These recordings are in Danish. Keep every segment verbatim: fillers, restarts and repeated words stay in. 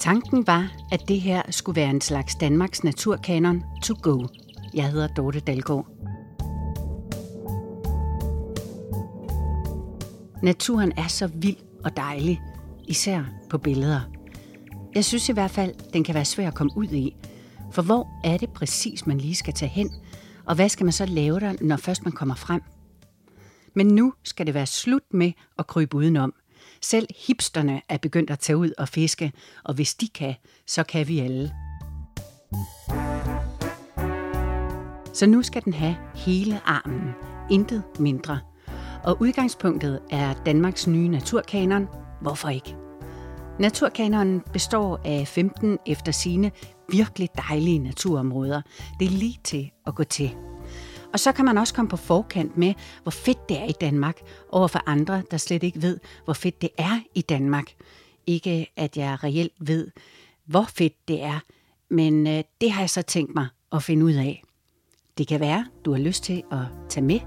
Tanken var, at det her skulle være en slags Danmarks naturkanon to go. Jeg hedder Dorte Dalgaard. Naturen er så vild og dejlig, især på billeder. Jeg synes i hvert fald, den kan være svær at komme ud i. For hvor er det præcis, man lige skal tage hen? Og hvad skal man så lave der, når først man kommer frem? Men nu skal det være slut med at krybe udenom. Selv hipsterne er begyndt at tage ud og fiske, og hvis de kan, så kan vi alle. Så nu skal den have hele armen, intet mindre. Og udgangspunktet er Danmarks nye naturkanon. Hvorfor ikke? Naturkanonen består af femten efter sigende virkelig dejlige naturområder. Det er lige til at gå til. Og så kan man også komme på forkant med, hvor fedt det er i Danmark, overfor andre, der slet ikke ved, hvor fedt det er i Danmark. Ikke at jeg reelt ved, hvor fedt det er, men øh, det har jeg så tænkt mig at finde ud af. Det kan være, du har lyst til at tage med.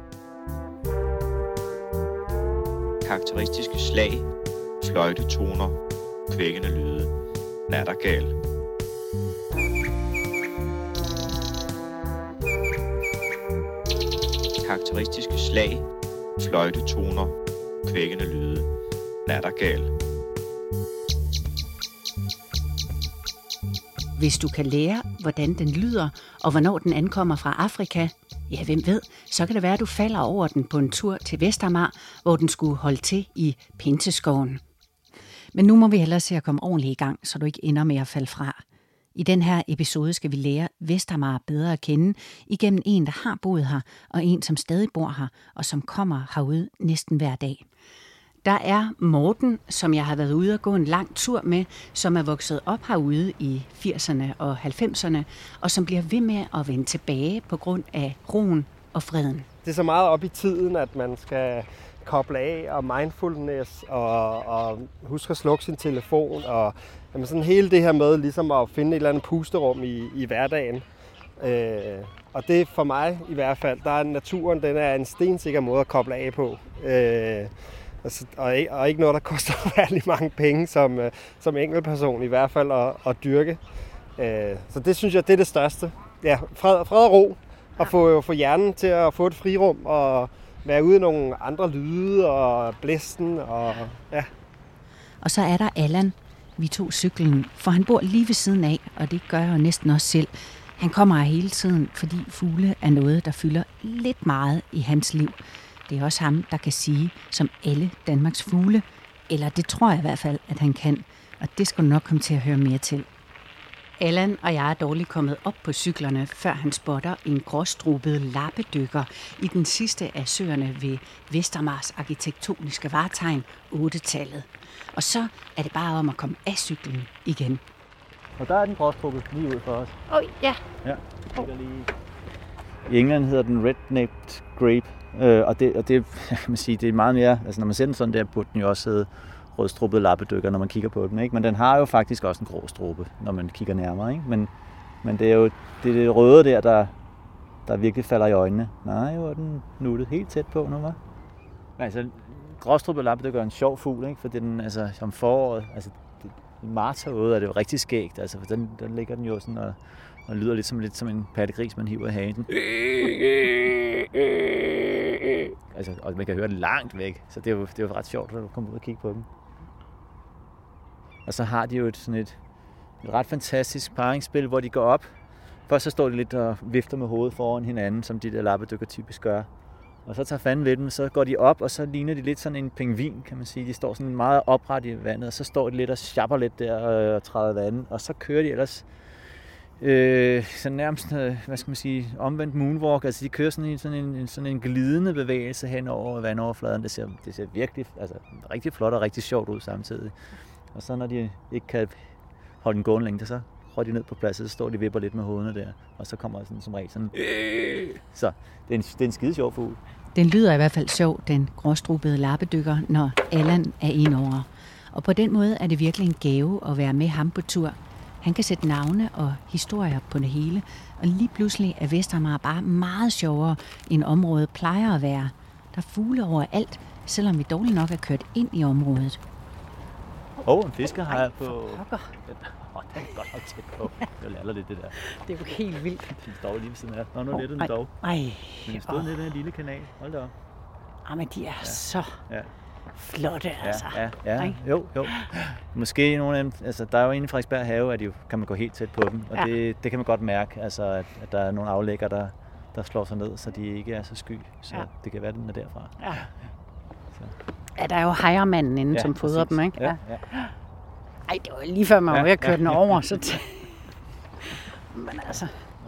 Karakteristiske slag, fløjtetoner, kvækkende lyde, nattergal. Karakteristiske slag, fløjtetoner, kvækkende lyde, nattergal. Hvis du kan lære, hvordan den lyder, og hvornår den ankommer fra Afrika, ja, hvem ved, så kan det være, at du falder over den på en tur til Vestamager, hvor den skulle holde til i Pinseskoven. Men nu må vi hellere se at komme ordentligt i gang, så du ikke ender med at falde fra. I den her episode skal vi lære Vestamager bedre at kende igennem en, der har boet her, og en, som stadig bor her, og som kommer herude næsten hver dag. Der er Morten, som jeg har været ude og gå en lang tur med, som er vokset op herude i firserne og halvfemserne, og som bliver ved med at vende tilbage på grund af roen og freden. Det er så meget op i tiden, at man skal koble af og mindfulness og, og huske at slukke sin telefon. Og jamen sådan hele det her med ligesom at finde et eller andet pusterum i, i hverdagen. Øh, og det for mig i hvert fald, der er naturen, den er en stensikker måde at koble af på. Øh, Og, og ikke noget, der koster virkelig mange penge som, som enkeltperson, i hvert fald at, at dyrke. Så det synes jeg, det er det største. Ja, fred, fred og ro, og få, få hjernen til at få et frirum, og være ude i nogle andre lyde, og blæsten, og ja. Og så er der Allan. Vi tog cyklen, for han bor lige ved siden af, og det gør jeg jo næsten også selv. Han kommer her hele tiden, fordi fugle er noget, der fylder lidt meget i hans liv. Det er også ham, der kan sige, som alle Danmarks fugle, eller det tror jeg i hvert fald, at han kan, og det skal du nok komme til at høre mere til. Allan og jeg er dårligt kommet op på cyklerne, før han spotter en gråstrubet lappedykker i den sidste af søerne ved Vestermars arkitektoniske vartegn, otte-tallet. Og så er det bare om at komme af cyklen igen. Og der er den gråstrubet lige ud for os. Åh, oh, ja. Ja, oh. lige... I England hedder den red-napped grape. Øh, og det, og det, kan man sige, det er meget mere, altså når man ser den sådan der, burde den jo også hedde rødstruppet lappedykker, når man kigger på den, ikke? Men den har jo faktisk også en grå struppe, når man kigger nærmere, ikke? Men, men det er jo det, er det røde der, der, der virkelig falder i øjnene. Nej, jo er den nuttet helt tæt på nu, hva'? Altså, gråstruppet lappedykker er en sjov fugl, ikke? For den, altså, om foråret, altså, det, i marts herude er det jo rigtig skægt, altså, for den, der ligger den jo sådan og, og lyder lidt som, lidt som en pattegris, man hiver i hagen. Altså, og man kan høre det langt væk, så det er jo, det er jo ret sjovt, at du kommer ud og kigge på dem. Og så har de jo et, sådan et, et ret fantastisk parringsspil, hvor de går op. Først så står de lidt og vifter med hovedet foran hinanden, som de der lappedykker typisk gør. Og så tager fanden ved dem, så går de op, og så ligner de lidt sådan en pingvin, kan man sige. De står sådan meget opret i vandet, og så står de lidt og sjapper lidt der og, og træder vandet. Og så kører de ellers øh, sådan nærmest, hvad skal man sige, omvendt moonwalk. Altså de kører sådan en, sådan en, sådan en glidende bevægelse hen over vandoverfladen. Det ser, det ser virkelig altså, rigtig flot og rigtig sjovt ud samtidig. Og så når de ikke kan holde en gående længde, så rører de ned på pladsen, så står de og vipper lidt med hovederne der. Og så kommer sådan som regel sådan... Så det er en, det er en skide sjov fugl. Den lyder i hvert fald sjov, den gråstrubede lappedykker, når Allan er indover. Og på den måde er det virkelig en gave at være med ham på tur. Han kan sætte navne og historier på det hele, og lige pludselig er Vestamager bare meget sjovere, end området plejer at være. Der er fugle overalt, selvom vi dårligt nok er kørt ind i området. Åh, oh, en fiskehaj på... Pokker. Åh, oh, den er godt nok tæt på. Det er latterligt, det der. Det er jo helt vildt. Den står lige ved siden af. Nå, nu lettede den dog. Ej. Men den stod oh. nede i den lille kanal. Hold da op. Ah, men de er ja. så ja. flotte, altså. Ja, ja, ja. Jo, jo. Måske nogle af dem, altså der er jo inde i Frederiksberg Have, at de, kan man gå helt tæt på dem. Og ja. det, det kan man godt mærke, altså, at, at der er nogle aflægger, der, der slår sig ned, så de ikke er så sky. Så ja. det kan være, den er derfra. Ja. Så. Ja, der er jo hejermanden inde, ja, som fodrer dem, ikke? Ja, ja. Ej, det var lige før man var ved at køre ja, den over, så t- men altså...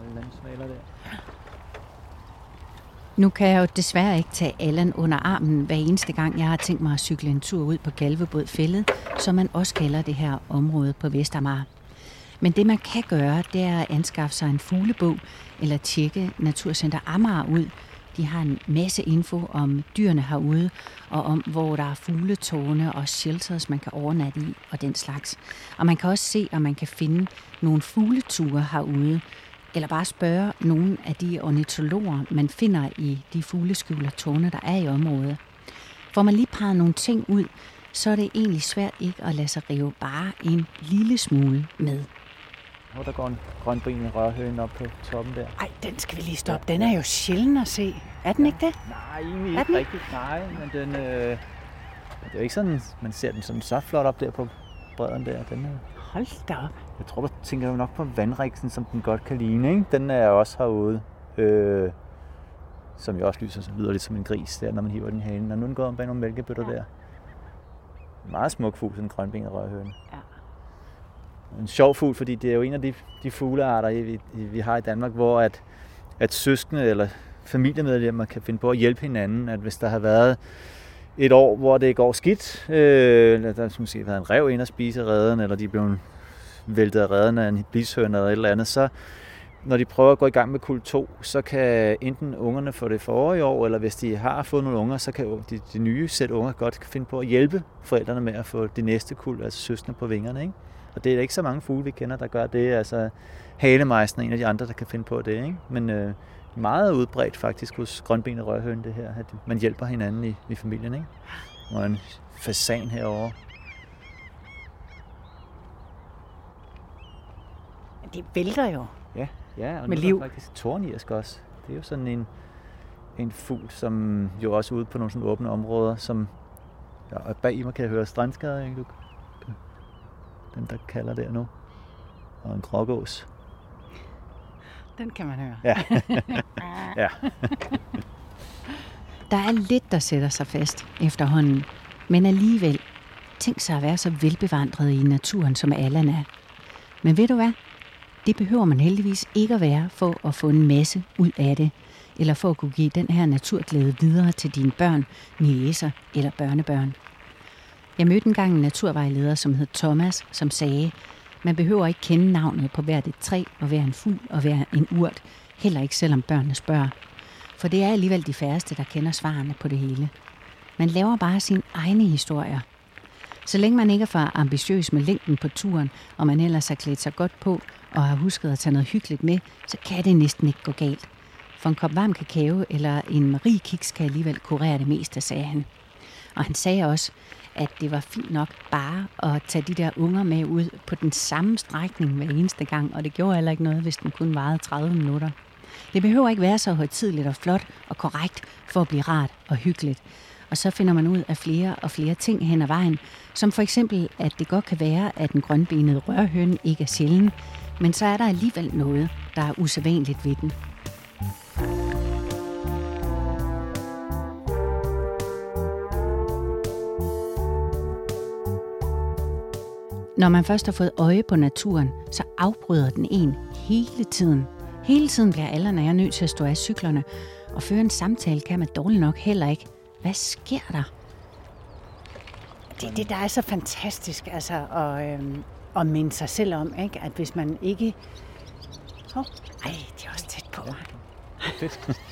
Nu kan jeg jo desværre ikke tage Allan under armen hver eneste gang, jeg har tænkt mig at cykle en tur ud på Galvebod Fælled, som man også kalder det her område på Vestamager. Men det man kan gøre, det er at anskaffe sig en fuglebog eller tjekke Naturcenter Amager ud. De har en masse info om dyrene herude, og om hvor der er fugletårne og shelters, man kan overnatte i, og den slags. Og man kan også se, om man kan finde nogle fugleture herude, eller bare spørge nogle af de ornitologer, man finder i de fugleskjulertårne, der er i området. Får man lige peget nogle ting ud, så er det egentlig svært ikke at lade sig rive bare en lille smule med. Hvor der går en grønbenet rørhøne op på toppen der. Ej, den skal vi lige stoppe. Den er jo sjælden at se. Er den ja. ikke det? Nej, egentlig ikke rigtigt. Nej, men den... Øh, det er jo ikke sådan, man ser den sådan så flot op der på bredden der. Den, øh, Hold da op. Jeg tror, du tænker jo nok på vandriksen, som den godt kan ligne, ikke? Den er også herude. Øh, som jo også lyser, lyder lidt som en gris der, når man hiver den i hanen. Og nu er den gået om bag nogle mælkebøtter ja. der. Meget smuk fugl, sådan en grønbenet rørhøne. Ja. En sjov fugl, fordi det er jo en af de, de fuglearter, vi, vi har i Danmark, hvor at, at søskende eller familiemedlemmer kan finde på at hjælpe hinanden. At hvis der har været et år, hvor det går skidt, øh, der har måske været en ræv ind og spise reden, eller de er blevet væltet af reden af en blishøne eller et eller andet, så når de prøver at gå i gang med kuld to, så kan enten ungerne få det forrige år, eller hvis de har fået nogle unger, så kan de, de nye sæt unger godt finde på at hjælpe forældrene med at få de næste kuld, altså søskende på vingerne, ikke? Og det er ikke så mange fugle, vi kender, der gør det. Altså, halemejsen er en af de andre, der kan finde på det, ikke? Men øh, meget udbredt faktisk hos grønbenet rørhøne, det her, at man hjælper hinanden i, i familien, ikke? Og en fasan herovre. Det vælter jo. Ja, ja, og med nu liv. Er der faktisk tornirsk også. Det er jo sådan en, en fugl, som jo også er ude på nogle sådan åbne områder, som... Ja, og bag i mig kan jeg høre strandskader, ikke? Den, der kalder der nu. Og en grågås. Den kan man høre. Ja. ja. Der er lidt, der sætter sig fast efterhånden. Men alligevel, tænk sig at være så velbevandret i naturen, som Allan er. Men ved du hvad? Det behøver man heldigvis ikke at være for at få en masse ud af det. Eller for at kunne give den her naturglæde videre til dine børn, niecer eller børnebørn. Jeg mødte engang en naturvejleder, som hed Thomas, som sagde, man behøver ikke kende navnet på hvert et træ og hver en fugl og hver en urt, heller ikke selvom børnene spørger. For det er alligevel de færreste, der kender svarene på det hele. Man laver bare sine egne historier. Så længe man ikke er for ambitiøs med længden på turen, og man ellers har klædt sig godt på og har husket at tage noget hyggeligt med, så kan det næsten ikke gå galt. For en kop varm kakao eller en Marie-kiks kan alligevel kurere det meste, sagde han. Og han sagde også, at det var fint nok bare at tage de der unger med ud på den samme strækning hver eneste gang, og det gjorde heller ikke noget, hvis den kun varede tredive minutter. Det behøver ikke være så højtideligt og flot og korrekt for at blive rart og hyggeligt. Og så finder man ud af flere og flere ting hen ad vejen, som for eksempel, at det godt kan være, at den grønbenede rørhøne ikke er sjælden, men så er der alligevel noget, der er usædvanligt ved den. Når man først har fået øje på naturen, så afbryder den en hele tiden. Hele tiden bliver Allan og jeg nødt til at stå af cyklerne, og føre en samtale kan man dårligt nok heller ikke. Hvad sker der? Det er det, der er så fantastisk, altså at, øhm, at minde sig selv om, ikke? At hvis man ikke... Oh, ej, de er også tæt på. Ja,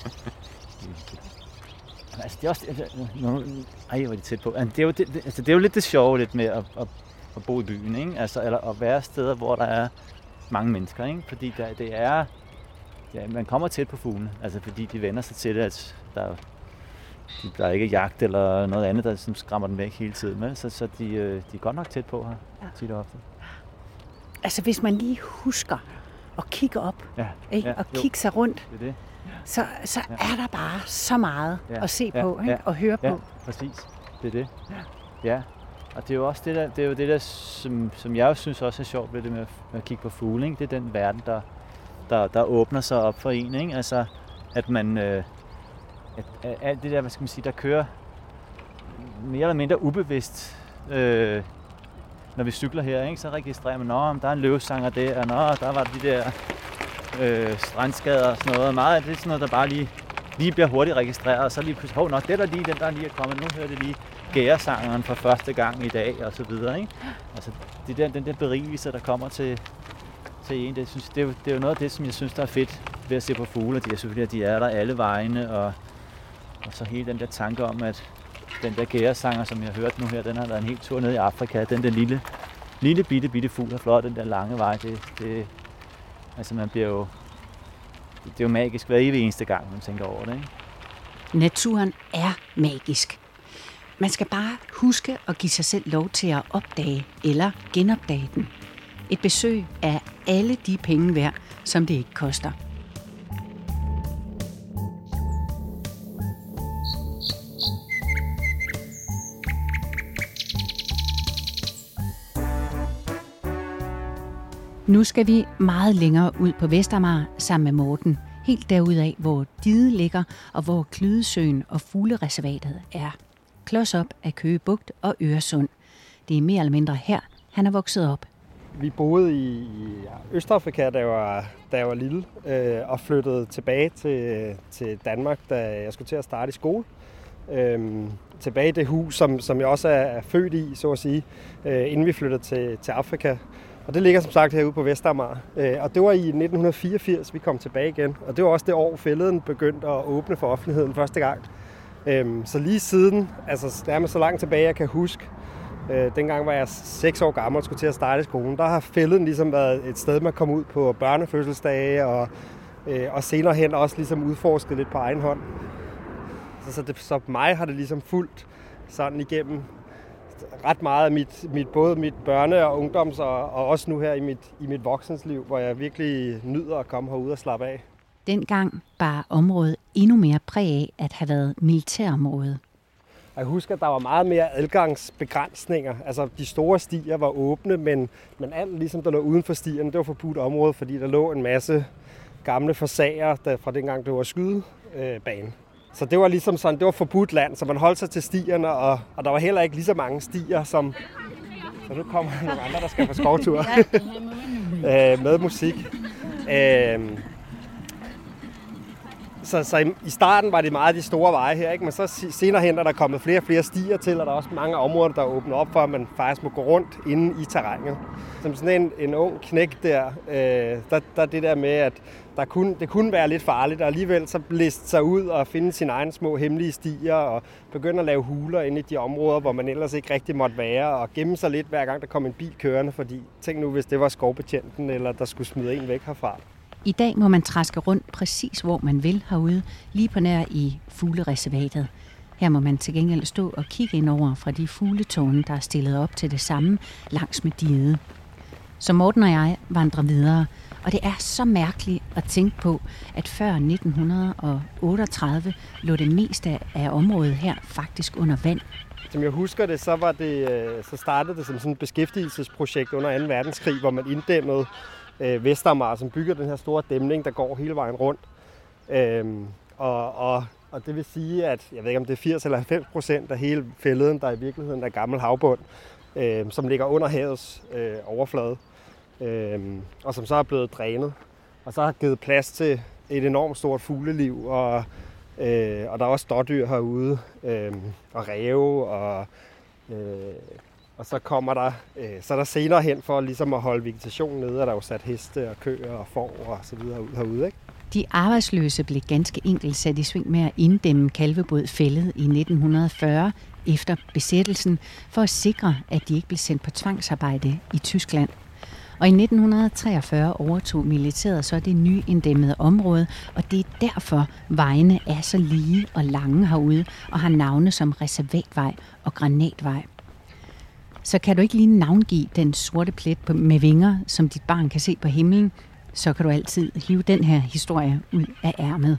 altså, det er også... Ej, hvor er de tæt på. Altså, det, er jo, det, altså, det er jo lidt det sjove lidt med at, at, at bo i byen, ikke? Altså, eller at være steder, hvor der er mange mennesker, ikke? Fordi der, det er... Ja, man kommer tæt på fuglene, altså fordi de vender sig til det, at der er de, der er ikke jagt eller noget andet, der som skræmmer dem væk hele tiden. Med. Så, så de, øh, de er godt nok tæt på her, ja. tit og ofte. Altså hvis man lige husker at kigge op, ja. Ikke? Ja. og kigge sig rundt, det er det. så, så ja. er der bare så meget ja. at se ja. på ikke? Ja. og høre ja. på. Præcis, det er det. Ja. Og det er jo også det der, det er jo det der som, som jeg synes også er sjovt ved det med at, med at kigge på fugle. Ikke? Det er den verden, der, der, der åbner sig op for en. Ikke? Altså, at man, øh, at, at alt det der, hvad skal man sige, der kører mere eller mindre ubevidst, øh, når vi cykler her, ikke? Så registrerer man, at der er en løvesanger der, og nå, der var de der øh, strandskader og sådan noget. Og meget af det er sådan noget, der bare lige, lige bliver hurtigt registreret, og så lige pludselig, hov, nå, det er der lige, den der lige er kommet, nu hører det lige gæresangeren for første gang i dag, og så videre, ikke? Altså, det der, den der berigelse, der kommer til, til en, det, synes, det, er jo, det er jo noget af det, som jeg synes, der er fedt ved at se på fugle, de er selvfølgelig, at de er der alle vegne, og, og så hele den der tanke om, at den der gæresanger, som jeg har hørt nu her, den har været en hel tur ned i Afrika, den der lille, lille bitte, bitte fugl er flot, den der lange vej, det, det, altså man bliver jo, det er jo magisk hver evig eneste gang, man tænker over det, ikke? Naturen er magisk. Man skal bare huske at give sig selv lov til at opdage eller genopdage den. Et besøg er alle de penge værd, som det ikke koster. Nu skal vi meget længere ud på Vestamager sammen med Morten. Helt derudaf, hvor Dide ligger, og hvor Klydesøen og Fuglereservatet er. Klods op af Køge Bugt og Øresund. Det er mere eller mindre her, han er vokset op. Vi boede i, i Østafrika, da jeg var, da jeg var lille, øh, og flyttede tilbage til, til Danmark, da jeg skulle til at starte i skole. Øhm, tilbage i det hus, som, som jeg også er, er født i, så at sige, øh, inden vi flyttede til, til Afrika. Og det ligger som sagt herude på Vestamager. Øh, og det var i nitten fireogfirs, vi kom tilbage igen. Og det var også det år, fælleden begyndte at åbne for offentligheden første gang. Øhm, så lige siden, altså nærmest så langt tilbage, jeg kan huske, øh, dengang var jeg seks år gammel og skulle til at starte i skolen, der har fælleden ligesom været et sted, man kom ud på børnefødselsdage, og, øh, og senere hen også ligesom udforsket lidt på egen hånd. Så, så, det, så mig har det ligesom fulgt sådan igennem ret meget af mit, mit, både mit børne- og ungdoms- og, og også nu her i mit, i mit voksensliv, hvor jeg virkelig nyder at komme herud og slappe af. Dengang bar området endnu mere præg af at have været militærområde. Jeg husker, at der var meget mere adgangsbegrænsninger. Altså, de store stier var åbne, men, men alt ligesom der lå uden for stierne, det var forbudt område, fordi der lå en masse gamle forsager der fra dengang, det var skydebane. Så det var ligesom sådan, det var forbudt land, så man holdt sig til stierne, og, og der var heller ikke lige så mange stier, som... Så nu kommer der nogle andre, der skal på skovtur øh, med musik. Øh, Så, så i, i starten var det meget de store veje her, ikke? Men så senere hen er der kommet flere og flere stier til, og der er også mange områder, der åbner op for, at man faktisk må gå rundt inde i terrænet. Som sådan en, en ung knæk der, øh, der, der det der med, at der kunne, det kunne være lidt farligt, og alligevel så blæste sig ud og finde sine egne små hemmelige stier, og begynde at lave huler inde i de områder, hvor man ellers ikke rigtig måtte være, og gemme sig lidt hver gang, der kom en bil kørende, fordi tænk nu, hvis det var skovbetjenten, eller der skulle smide en væk herfra. I dag må man traske rundt præcis hvor man vil herude, lige på nær i fuglereservatet. Her må man til gengæld stå og kigge ind over fra de fugletårne, der er stillet op til det samme langs med diget. Så Morten og jeg vandrer videre, og det er så mærkeligt at tænke på, at før nitten otteogtredive lå det meste af området her faktisk under vand. Som jeg husker det, så, var det, så startede det som sådan et beskæftigelsesprojekt under anden verdenskrig, hvor man inddæmmede Vestamager, som bygger den her store dæmning, der går hele vejen rundt. Øhm, og, og, og det vil sige, at jeg ved ikke, om det er firs eller halvfems procent af hele fælleden, der i virkeligheden er gammel havbund, øhm, som ligger under havets øh, overflade, øhm, og som så er blevet drænet. Og så har givet plads til et enormt stort fugleliv, og, øh, og der er også dårdyr herude, øh, og ræve, og... Øh, Og så kommer der, øh, så er der senere hen for ligesom at holde vegetationen nede, og der er jo sat heste og køer og får og så videre ud herude, ikke? De arbejdsløse blev ganske enkelt sat i sving med at inddæmme Kalvebod Fælled i nitten fyrre efter besættelsen, for at sikre, at de ikke blev sendt på tvangsarbejde i Tyskland. Og i nitten treogfyrre overtog militæret så det nyinddæmmede område, og det er derfor vejene er så lige og lange herude og har navne som Reservatvej og Granatvej. Så kan du ikke lige navngive den sorte plet med vinger, som dit barn kan se på himlen, så kan du altid hive den her historie ud af ærmet.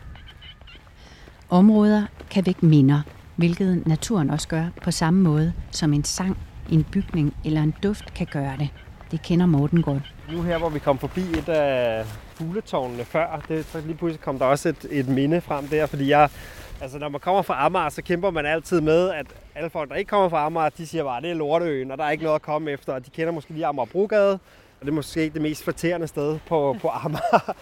Områder kan vække minder, hvilket naturen også gør på samme måde som en sang, en bygning eller en duft kan gøre det. Det kender Morten godt. Nu her, hvor vi kom forbi et af fugletårnene før, det, så lige pludselig kom der også et, et minde frem der, fordi jeg, altså når man kommer fra Amager, så kæmper man altid med, at alle folk, der ikke kommer fra Amager, de siger bare, det er Lorteøen, og der er ikke noget at komme efter, og de kender måske lige Amagerbrogade, og det er måske det mest fortærende sted på, på Amager.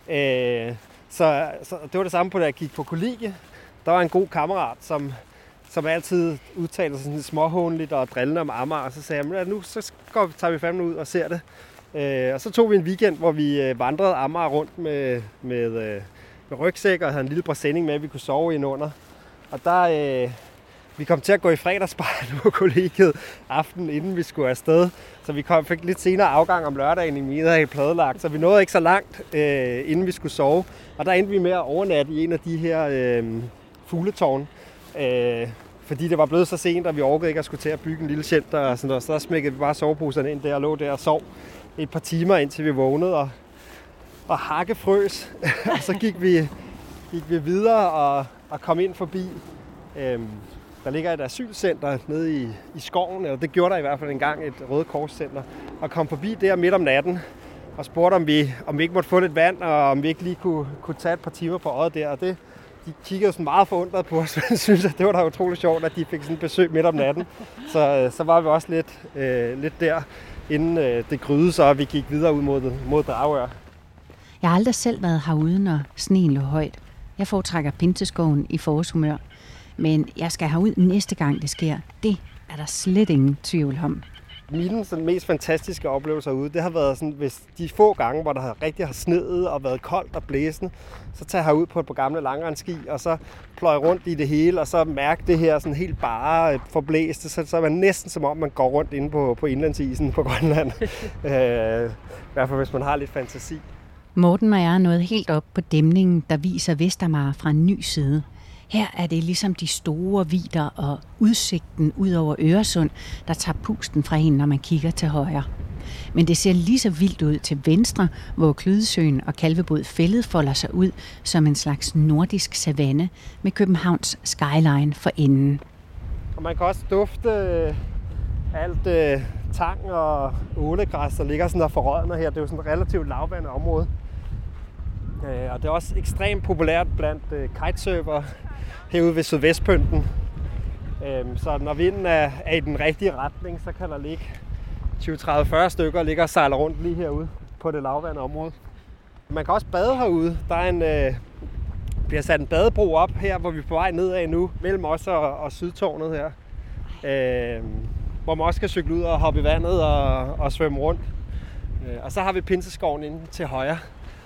øh, så, så det var det samme på, da jeg gik på kollegie. Der var en god kammerat, som, som altid udtalte sig sådan småhånligt og drillende om Amager, og så sagde jeg, nu så går, tager vi fandme ud og ser det. Øh, og så tog vi en weekend, hvor vi vandrede Amager rundt med, med, med rygsæk og havde en lille præsending med, at vi kunne sove ind under. Og der, øh, vi kom til at gå i fredagsbar på kollegiet aften, inden vi skulle afsted. Så vi kom, fik lidt senere afgang om lørdagen i Middag pladelagt, så vi nåede ikke så langt, øh, inden vi skulle sove. Og der endte vi med at overnatte i en af de her øh, fugletårne. Øh, fordi det var blevet så sent, og vi orkede ikke at skulle til at bygge en lille shelter og sådan noget. Så der smækkede vi bare soveposerne ind der og lå der og sov et par timer, indtil vi vågnede og, og hakke frøs. Og så gik vi, gik vi videre og, og kom ind forbi. Øhm, der ligger et asylcenter nede i, i skoven, eller det gjorde der i hvert fald engang, et Røde Kors-center. Og kom forbi der midt om natten og spurgte, om vi, om vi ikke måtte få lidt vand, og om vi ikke lige kunne, kunne tage et par timer på øjet der. Og det, de kiggede sådan meget forundret på os, men synes, at det var da utroligt sjovt, at de fik sådan et besøg midt om natten. Så, så var vi også lidt, øh, lidt der, inden øh, det gryede så, og vi gik videre ud mod, mod Dragør. Jeg har aldrig selv været herude, når sneen lå højt. Jeg foretrækker Pinseskoven i forårshumør. Men jeg skal herud næste gang det sker. Det er der slet ingen tvivl om. Mine sådan, mest fantastiske oplevelser ude, det har været sådan, hvis de få gange, hvor der har rigtig har sneet og været koldt og blæsende, så tager jeg herud på et par gamle langrendski, og så pløjer rundt i det hele, og så mærke det her sådan helt bare forblæste, så, så er man næsten som om, man går rundt inde på, på indlandsisen på Grønland. øh, I hvert fald, hvis man har lidt fantasi. Morten og jeg er nået helt op på dæmningen, der viser Vestamager fra en ny side. Her er det ligesom de store vidder og udsigten ud over Øresund, der tager pusten fra en, når man kigger til højre. Men det ser lige så vildt ud til venstre, hvor Klydesøen og Kalvebod Fælled folder sig ud som en slags nordisk savanne med Københavns skyline for enden. Og man kan også dufte alt øh, tang og ålegræs, der ligger sådan der forrådner her. Det er jo sådan et relativt lavvandet område. Øh, og det er også ekstremt populært blandt øh, kitesurfere herude ved sydvestpynten. Øh, så når vinden er, er i den rigtige retning, så kan der ligge tyve tredive fyrre stykker og ligger og sejler rundt lige herude på det lavvandede område. Man kan også bade herude. Der er en, øh, bliver sat en badebro op her, hvor vi er på vej nedad nu, mellem os og, og Sydtårnet her. Øh, hvor man også kan cykle ud og hoppe i vandet og, og svømme rundt. Øh, og så har vi Pinseskoven inde til højre.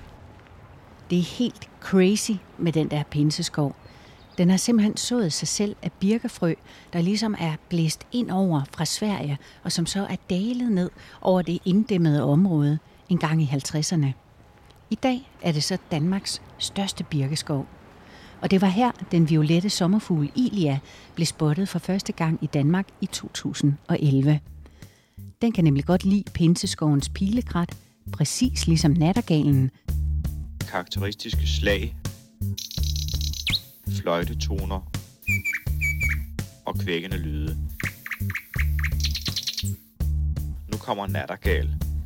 Det er helt crazy med den der pinseskov. Den har simpelthen sået sig selv af birkefrø, der ligesom er blæst ind over fra Sverige, og som så er dalet ned over det inddæmmede område en gang i halvtredserne. I dag er det så Danmarks største birkeskov. Og det var her, den violette sommerfugl Ilia blev spottet for første gang i Danmark i to tusind og elleve. Den kan nemlig godt lide pinseskovens pilekrat, præcis ligesom nattergalen. Karakteristiske slag, fløjtetoner og kvækkende lyde. Nu kommer nattergal.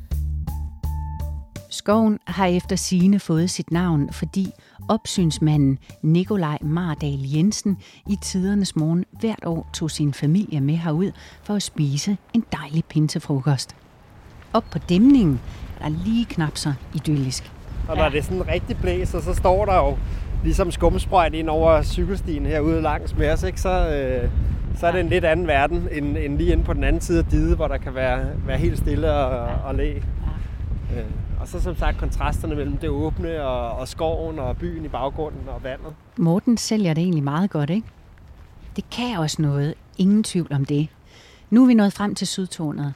Skoven har efter sigende fået sit navn, fordi opsynsmanden Nikolaj Mardal Jensen i tidernes morgen hvert år tog sin familie med herud for at spise en dejlig pinsefrokost. Op på dæmningen er der lige knap så idyllisk. Og når det er sådan rigtig blæser, så står der jo ligesom skumsprøjt ind over cykelstien herude langs med os, ikke? Så, øh, så er det en lidt anden verden, end, end lige inde på den anden side af diget, hvor der kan være, være helt stille og, og læ. Ja. Øh, og så som sagt kontrasterne mellem det åbne og, og skoven og byen i baggrunden og vandet. Morten sælger det egentlig meget godt, ikke? Det kan også noget. Ingen tvivl om det. Nu er vi nået frem til Sydtårnet.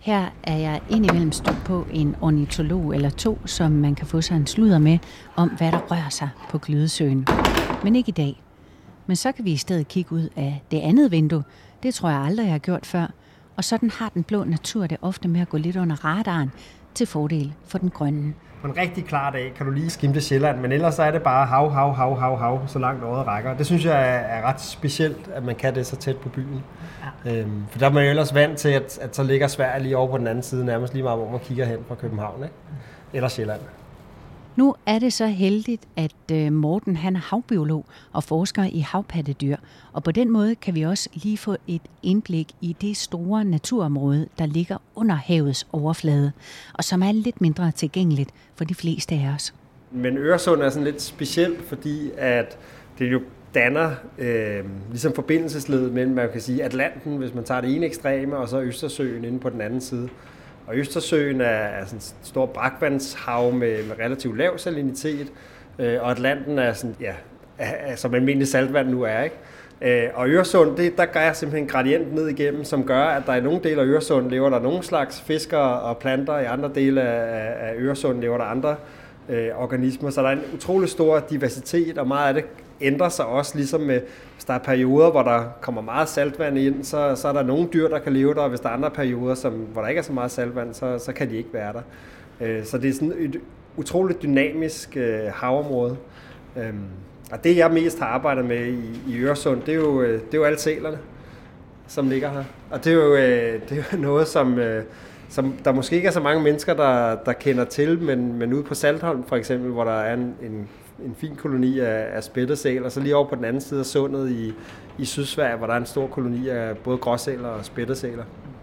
Her er jeg indimellem stødt på en ornitolog eller to, som man kan få sig en sludder med om, hvad der rører sig på Glydesøen. Men ikke i dag. Men så kan vi i stedet kigge ud af det andet vindue. Det tror jeg aldrig, jeg har gjort før. Og sådan har den blå natur det ofte med at gå lidt under radaren til fordel for den grønne. På en rigtig klar dag kan du lige skimte Sjælland, men ellers er det bare hav, hav, hav, hav, hav, så langt øjet rækker. Det synes jeg er ret specielt, at man kan det så tæt på byen. Ja. Øhm, for der er man jo ellers vant til, at, at så ligger Sverige lige over på den anden side, nærmest lige meget, hvor man kigger hen fra København, ikke? Eller Sjælland. Nu er det så heldigt, at Morten han er havbiolog og forsker i havpattedyr, og på den måde kan vi også lige få et indblik i det store naturområde, der ligger under havets overflade, og som er lidt mindre tilgængeligt for de fleste af os. Men Øresund er sådan lidt specielt, fordi at det jo danner øh, ligesom forbindelsesledet mellem, man kan sige, Atlanten, hvis man tager det ene ekstreme, og så Østersøen inde på den anden side. Og Østersøen er, er sådan et stort brakvandshav med, med relativt lav salinitet, øh, og Atlanten er sådan, ja, er, er, som almindelig saltvand nu er, ikke? Øh, og Øresund, det, der gør jeg simpelthen en gradient ned igennem, som gør, at der i nogle dele af Øresund lever der nogle slags fisker og planter, i andre dele af, af Øresund lever der andre øh, organismer, så der er en utrolig stor diversitet, og meget af det ændrer sig også, ligesom med, hvis der er perioder, hvor der kommer meget saltvand ind, så, så er der nogle dyr, der kan leve der, og hvis der er andre perioder, som, hvor der ikke er så meget saltvand, så, så kan de ikke være der. Øh, så det er sådan et utroligt dynamisk øh, havområde. Øh, og det, jeg mest har arbejdet med i, i Øresund, det er, jo, det er jo alle sælerne, som ligger her. Og det er jo, øh, det er jo noget, som, øh, som der måske ikke er så mange mennesker, der, der kender til, men, men ude på Saltholm for eksempel, hvor der er en, en en fin koloni af, af spættesæl, og så lige over på den anden side af sundet i, i Sydsverige, hvor der er en stor koloni af både gråsæler og spættesæler.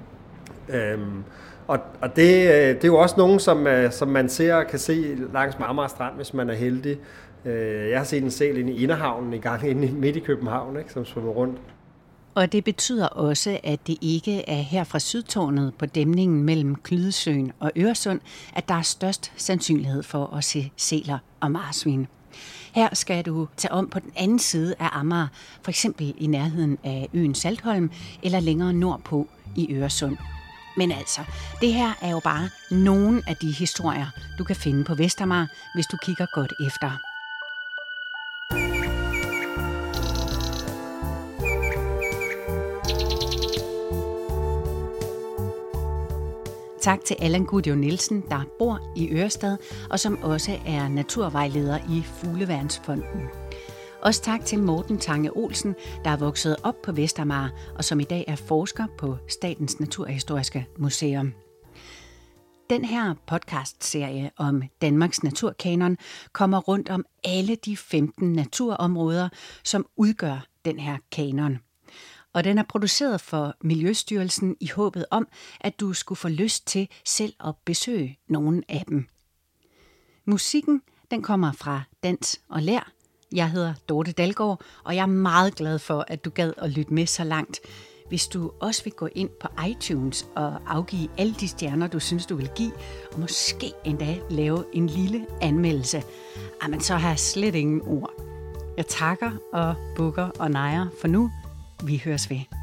Øhm, og og det, det er jo også nogen, som, som man ser og kan se langs Amager Strand, hvis man er heldig. Jeg har set en sæl inde i Inderhavnen i gang, inde midt i København, ikke, som svømmer rundt. Og det betyder også, at det ikke er her fra Sydtårnet på dæmningen mellem Glydesøen og Øresund, at der er størst sandsynlighed for at se sæler og marsvin. Her skal du tage om på den anden side af Amager, for eksempel i nærheden af øen Saltholm eller længere nordpå i Øresund. Men altså, det her er jo bare nogle af de historier, du kan finde på Vestamager, hvis du kigger godt efter. Tak til Allan Gudjo Nielsen, der bor i Ørestad, og som også er naturvejleder i Fugleværnsfonden. Også tak til Morten Tange Olsen, der er vokset op på Vestamager, og som i dag er forsker på Statens Naturhistoriske Museum. Den her podcastserie om Danmarks naturkanon kommer rundt om alle de femten naturområder, som udgør den her kanon. Og den er produceret for Miljøstyrelsen i håbet om, at du skulle få lyst til selv at besøge nogle af dem. Musikken, den kommer fra Dans og Lær. Jeg hedder Dorte Dalgaard, og jeg er meget glad for, at du gad at lytte med så langt. Hvis du også vil gå ind på iTunes og afgive alle de stjerner, du synes, du vil give, og måske endda lave en lille anmeldelse, jamen så har jeg slet ingen ord. Jeg takker og bukker og nejer for nu. Vi høres ved.